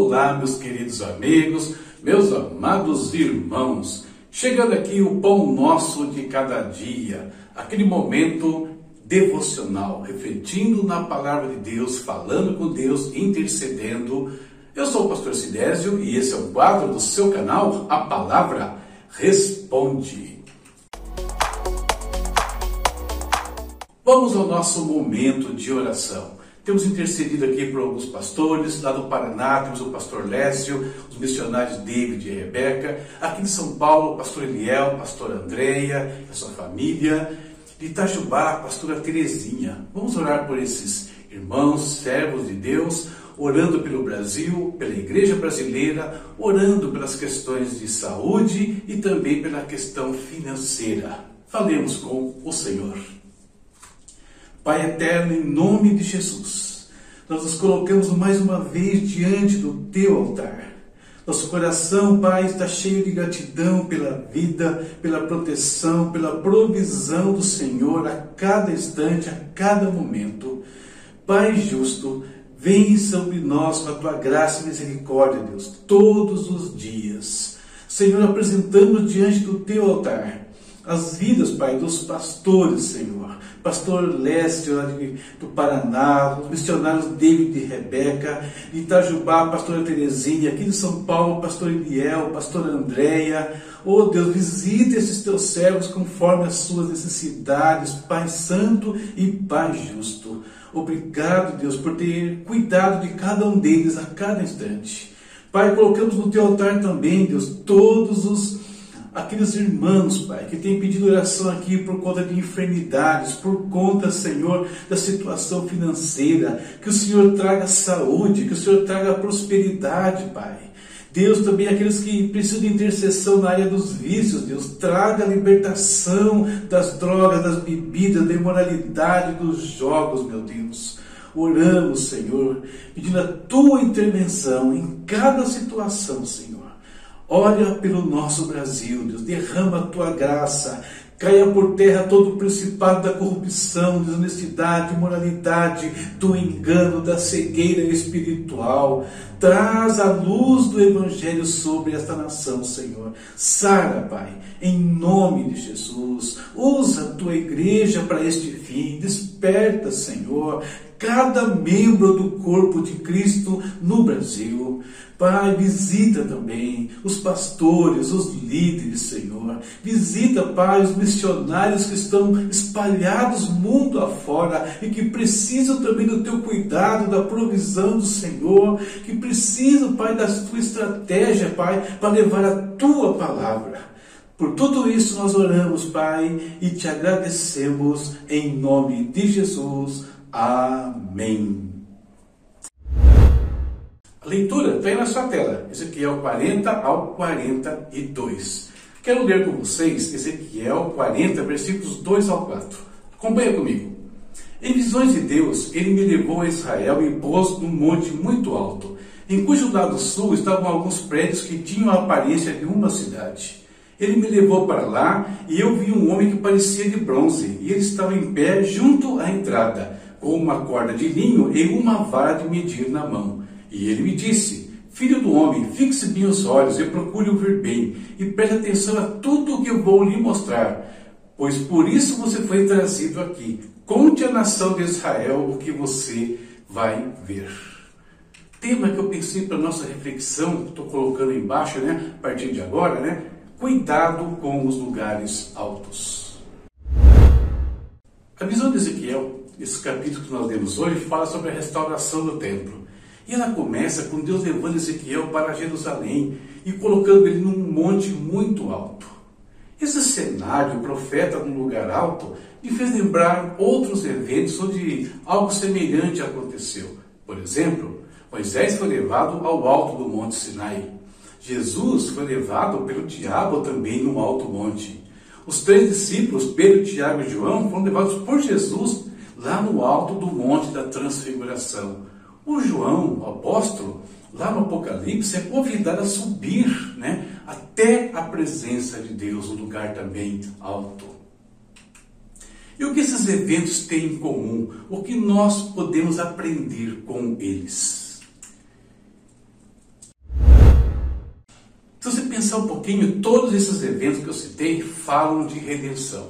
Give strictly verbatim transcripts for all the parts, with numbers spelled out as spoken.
Olá, meus queridos amigos, meus amados irmãos. Chegando aqui o pão nosso de cada dia, aquele momento devocional, refletindo na palavra de Deus, falando com Deus, intercedendo. Eu sou o pastor Sidésio e esse é o quadro do seu canal, A Palavra Responde. Vamos ao nosso momento de oração. Temos intercedido aqui por alguns pastores, lá do Paraná temos o pastor Lécio, os missionários David e Rebeca, aqui de São Paulo, o pastor Eliel, pastor Andréia, a sua família, de Itajubá, a pastora Terezinha. Vamos orar por esses irmãos, servos de Deus, orando pelo Brasil, pela igreja brasileira, orando pelas questões de saúde e também pela questão financeira. Falemos com o Senhor. Pai eterno, em nome de Jesus, nós nos colocamos mais uma vez diante do Teu altar. Nosso coração, Pai, está cheio de gratidão pela vida, pela proteção, pela provisão do Senhor a cada instante, a cada momento. Pai justo, vem sobre nós com a Tua graça e misericórdia, Deus, todos os dias. Senhor, apresentamos diante do Teu altar as vidas, Pai, dos pastores, Senhor. Pastor Lécio, do Paraná, os missionários David e Rebeca, de Itajubá, pastora Terezinha, aqui de São Paulo, pastor Eliel, pastor Andréia. Oh Deus, visita esses teus servos conforme as suas necessidades, Pai Santo e Pai Justo. Obrigado, Deus, por ter cuidado de cada um deles a cada instante. Pai, colocamos no teu altar também, Deus, todos os aqueles irmãos, Pai, que têm pedido oração aqui por conta de enfermidades, por conta, Senhor, da situação financeira, que o Senhor traga saúde, que o Senhor traga prosperidade, Pai. Deus, também aqueles que precisam de intercessão na área dos vícios, Deus, traga a libertação das drogas, das bebidas, da imoralidade, dos jogos, meu Deus. Oramos, Senhor, pedindo a Tua intervenção em cada situação, Senhor. Olha pelo nosso Brasil, Deus, derrama a Tua graça, caia por terra todo o principado da corrupção, desonestidade, imoralidade, do engano, da cegueira espiritual. Traz a luz do Evangelho sobre esta nação, Senhor. Sara, Pai, em nome de Jesus. Usa a Tua igreja para este fim. Desperta, Senhor, cada membro do corpo de Cristo no Brasil. Pai, visita também os pastores, os líderes, Senhor. Visita, Pai, os missionários que estão espalhados mundo afora e que precisam também do Teu cuidado, da provisão do Senhor, que precisam, Pai, da Tua estratégia, Pai, para levar a Tua palavra. Por tudo isso nós oramos, Pai, e Te agradecemos em nome de Jesus. Amém. A leitura está aí na sua tela, Ezequiel quarenta ao quarenta e dois. Quero ler com vocês Ezequiel quarenta, versículos dois ao quatro. Acompanha comigo. Em visões de Deus, Ele me levou a Israel e pôs num monte muito alto, em cujo lado sul estavam alguns prédios que tinham a aparência de uma cidade. Ele me levou para lá e eu vi um homem que parecia de bronze, e ele estava em pé junto à entrada, com uma corda de linho e uma vara de medir na mão. E ele me disse: Filho do homem, fixe bem os olhos e procure ouvir bem, e preste atenção a tudo o que eu vou lhe mostrar, pois por isso você foi trazido aqui. Conte à nação de Israel o que você vai ver. Tema que eu pensei para nossa reflexão, estou colocando aí embaixo, né, a partir de agora, né? Cuidado com os lugares altos. A visão de Ezequiel, esse capítulo que nós lemos hoje, fala sobre a restauração do templo. E ela começa com Deus levando Ezequiel para Jerusalém e colocando ele num monte muito alto. Esse cenário, o profeta num lugar alto, me fez lembrar outros eventos onde algo semelhante aconteceu. Por exemplo, Moisés foi levado ao alto do monte Sinai. Jesus foi levado pelo diabo também no alto monte. Os três discípulos, Pedro, Tiago e João, foram levados por Jesus lá no alto do monte da transfiguração. O João, o apóstolo, lá no Apocalipse, é convidado a subir, né, até a presença de Deus, um lugar também alto. E o que esses eventos têm em comum? O que nós podemos aprender com eles? pensar um pouquinho, todos esses eventos que eu citei falam de redenção.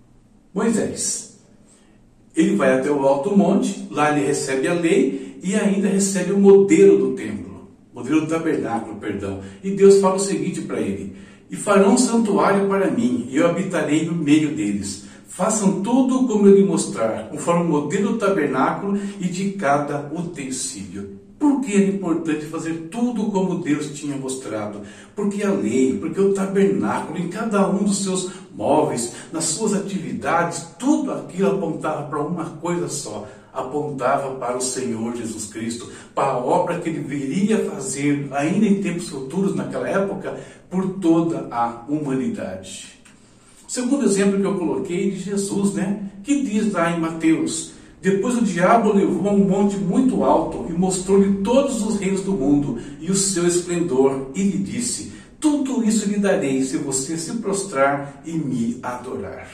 Moisés, ele vai até o alto monte, lá ele recebe a lei e ainda recebe o modelo do templo, modelo do tabernáculo, perdão. E Deus fala o seguinte para ele: e farão um santuário para mim, e eu habitarei no meio deles. Façam tudo como eu lhe mostrar, conforme o modelo do tabernáculo e de cada utensílio. Por que era importante fazer tudo como Deus tinha mostrado? Porque a lei, porque o tabernáculo, em cada um dos seus móveis, nas suas atividades, tudo aquilo apontava para uma coisa só. Apontava para o Senhor Jesus Cristo, para a obra que ele viria fazer ainda em tempos futuros, naquela época, por toda a humanidade. O segundo exemplo que eu coloquei é de Jesus, né? Que diz lá em Mateus: depois o diabo levou a um monte muito alto e mostrou-lhe todos os reinos do mundo e o seu esplendor, e lhe disse: tudo isso lhe darei se você se prostrar e me adorar.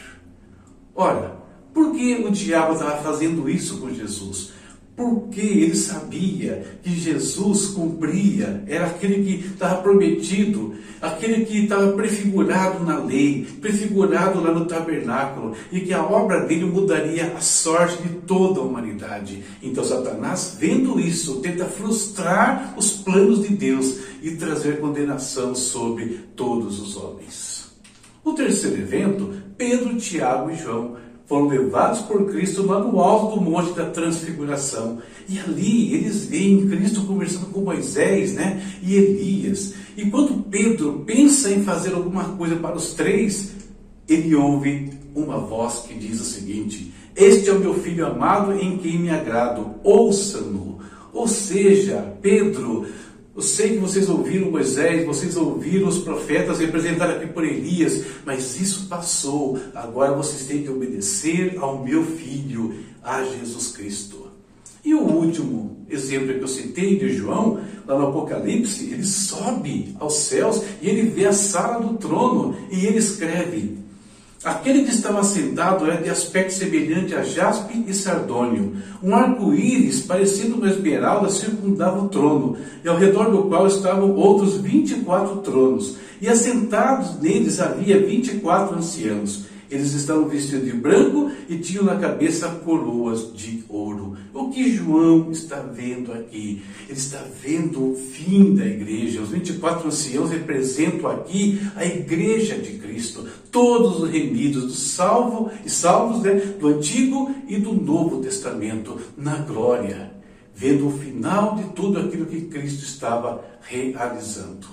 Ora, por que o diabo estava fazendo isso com Jesus? Porque ele sabia que Jesus cumpria, era aquele que estava prometido, aquele que estava prefigurado na lei, prefigurado lá no tabernáculo, e que a obra dele mudaria a sorte de toda a humanidade. Então Satanás, vendo isso, tenta frustrar os planos de Deus e trazer condenação sobre todos os homens. O terceiro evento, Pedro, Tiago e João foram levados por Cristo lá no alto do Monte da Transfiguração. E ali eles veem Cristo conversando com Moisés, né, e Elias. E quando Pedro pensa em fazer alguma coisa para os três, ele ouve uma voz que diz o seguinte: este é o meu filho amado em quem me agrado, ouçam-no. Ou seja, Pedro, eu sei que vocês ouviram Moisés, vocês ouviram os profetas representados aqui por Elias, mas isso passou. Agora vocês têm que obedecer ao meu Filho, a Jesus Cristo. E o último exemplo que eu citei de João, lá no Apocalipse, ele sobe aos céus e ele vê a sala do trono e ele escreve: aquele que estava sentado era de aspecto semelhante a jaspe e sardônio. Um arco-íris, parecendo uma esmeralda, circundava o trono, e ao redor do qual estavam outros vinte e quatro tronos. E assentados neles havia vinte e quatro anciãos. Eles estavam vestidos de branco e tinham na cabeça coroas de ouro. O que João está vendo aqui? Ele está vendo o fim da igreja. Os vinte e quatro anciãos representam aqui a igreja de Cristo. Todos os remidos do salvo e salvos, né, do Antigo e do Novo Testamento na glória, vendo o final de tudo aquilo que Cristo estava realizando.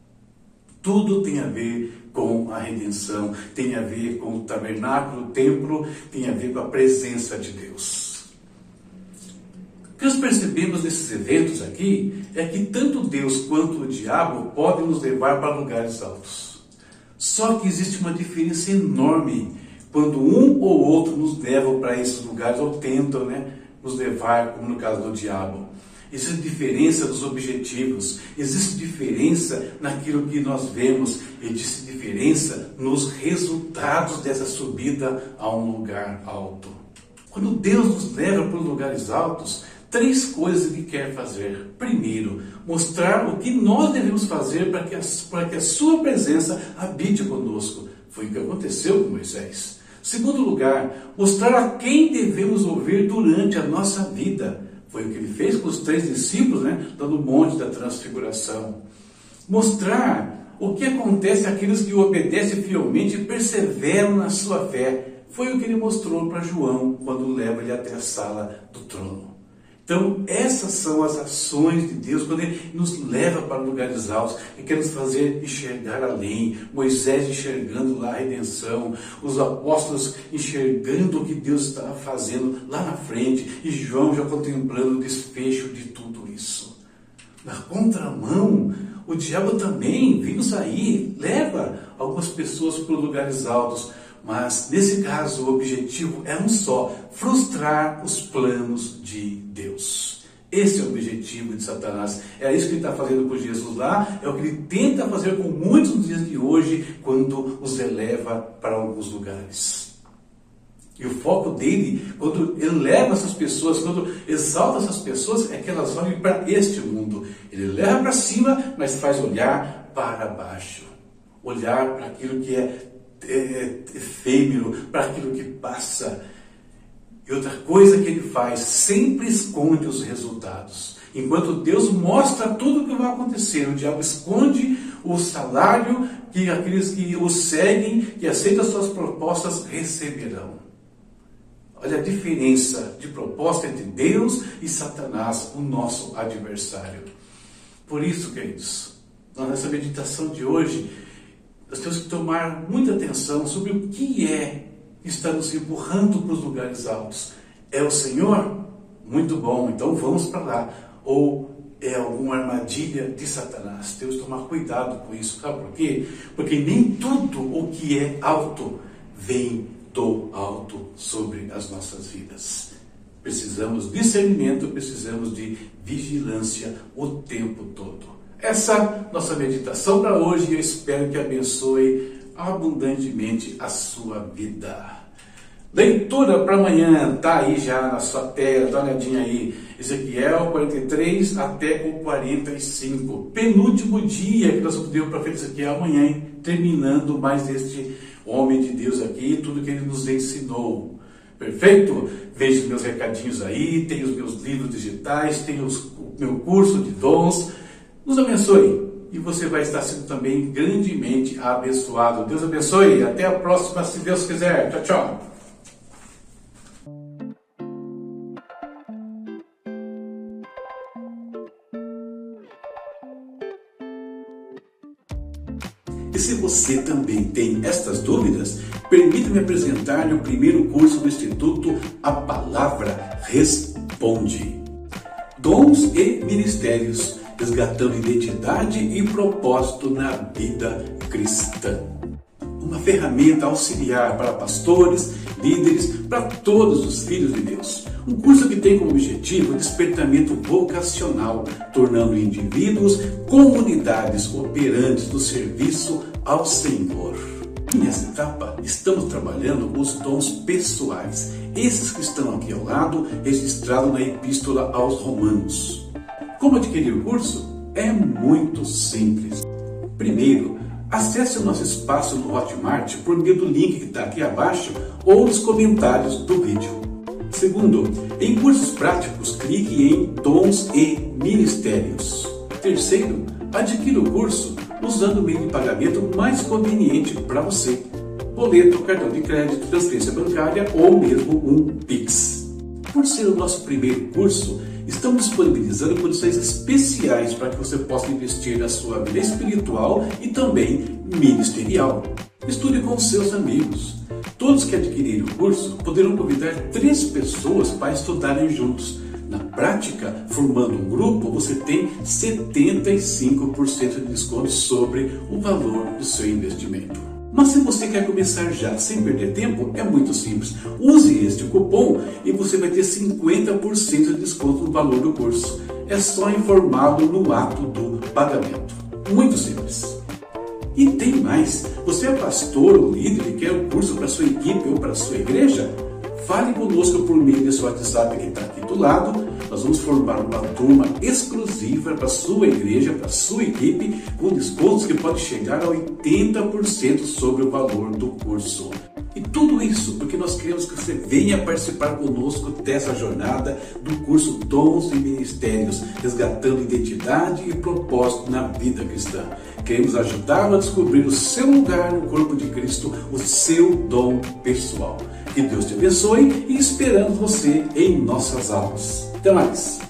Tudo tem a ver com a redenção, tem a ver com o tabernáculo, o templo, tem a ver com a presença de Deus. O que nós percebemos nesses eventos aqui é que tanto Deus quanto o diabo podem nos levar para lugares altos. Só que existe uma diferença enorme quando um ou outro nos levam para esses lugares, ou tentam, né, nos levar, como no caso do diabo. Existe diferença dos objetivos, existe diferença naquilo que nós vemos, existe diferença nos resultados dessa subida a um lugar alto. Quando Deus nos leva para lugares altos, três coisas Ele quer fazer. Primeiro, mostrar o que nós devemos fazer para que a, para que a sua presença habite conosco. Foi o que aconteceu com Moisés. Segundo lugar, mostrar a quem devemos ouvir durante a nossa vida. Foi o que ele fez com os três discípulos, né, lá no Monte da Transfiguração. Mostrar o que acontece àqueles que o obedecem fielmente e perseveram na sua fé. Foi o que ele mostrou para João quando leva ele até a sala do trono. Então, essas são as ações de Deus quando Ele nos leva para lugares altos e quer nos fazer enxergar além. Moisés enxergando lá a redenção, os apóstolos enxergando o que Deus estava fazendo lá na frente e João já contemplando o desfecho de tudo isso. Na contramão, o diabo também, vimos aí, leva algumas pessoas para lugares altos. Mas, nesse caso, o objetivo é um só: frustrar os planos de Deus. Esse é o objetivo de Satanás. É isso que ele está fazendo com Jesus lá, é o que ele tenta fazer com muitos nos dias de hoje, quando os eleva para alguns lugares. E o foco dele, quando ele leva essas pessoas, quando exalta essas pessoas, é que elas olhem para este mundo. Ele leva para cima, mas faz olhar para baixo. olhar para aquilo que é, é efêmero, para aquilo que passa. E outra coisa que ele faz, sempre esconde os resultados. Enquanto Deus mostra tudo o que vai acontecer, o diabo esconde o salário que aqueles que o seguem, que aceitam as suas propostas, receberão. Olha a diferença de proposta entre Deus e Satanás, o nosso adversário. Por isso, queridos, nessa meditação de hoje, nós temos que tomar muita atenção sobre o que é que está nos empurrando para os lugares altos. É o Senhor? Muito bom, então vamos para lá. Ou é alguma armadilha de Satanás? Temos que tomar cuidado com isso. Sabe por quê? Porque nem tudo o que é alto vem do alto sobre as nossas vidas. Precisamos de discernimento, precisamos de vigilância o tempo todo. Essa nossa meditação para hoje, eu espero que abençoe abundantemente a sua vida. Leitura para amanhã, está aí já na sua tela, dá uma olhadinha aí. Ezequiel quarenta e três até o quarenta e cinco. Penúltimo dia que nós vamos ter o profeta Ezequiel amanhã, hein? Terminando mais este homem de Deus aqui, tudo que ele nos ensinou. Perfeito? Veja os meus recadinhos aí, tem os meus livros digitais, tem os, o meu curso de dons. Nos abençoe e você vai estar sendo também grandemente abençoado. Deus abençoe, até a próxima, se Deus quiser. Tchau, tchau. E se você também tem estas dúvidas, permita-me apresentar-lhe o primeiro curso do Instituto A Palavra Responde. Dons e Ministérios, resgatando identidade e propósito na vida cristã. Uma ferramenta auxiliar para pastores, líderes, para todos os filhos de Deus. Um curso que tem como objetivo o despertamento vocacional, tornando indivíduos comunidades operantes do serviço ao Senhor. Nessa etapa, estamos trabalhando os dons pessoais, esses que estão aqui ao lado, registrados na Epístola aos Romanos. Como adquirir o curso? É muito simples. Primeiro, acesse o nosso espaço no Hotmart por meio do link que está aqui abaixo ou nos comentários do vídeo. Segundo, em cursos práticos, clique em Dons e Ministérios. Terceiro, adquira o curso usando o meio de pagamento mais conveniente para você. Boleto, cartão de crédito, transferência bancária ou mesmo um Pix. Por ser o nosso primeiro curso, estamos disponibilizando condições especiais para que você possa investir na sua vida espiritual e também ministerial. Estude com seus amigos. Todos que adquirirem o curso poderão convidar três pessoas para estudarem juntos. Na prática, formando um grupo, você tem setenta e cinco por cento de desconto sobre o valor do seu investimento. Mas se você quer começar já sem perder tempo, é muito simples. Use este cupom e você vai ter cinquenta por cento de desconto no valor do curso. É só informá-lo no ato do pagamento. Muito simples. E tem mais. Você é pastor ou líder e quer um curso para sua equipe ou para sua igreja? Fale conosco por meio desse WhatsApp que está aqui do lado. Nós vamos formar uma turma exclusiva para a sua igreja, para a sua equipe, com descontos que podem chegar a oitenta por cento sobre o valor do curso. E tudo isso porque nós queremos que você venha participar conosco dessa jornada do curso Dons e Ministérios, resgatando identidade e propósito na vida cristã. Queremos ajudá-lo a descobrir o seu lugar no corpo de Cristo, o seu dom pessoal. Que Deus te abençoe e esperamos você em nossas aulas. Até mais!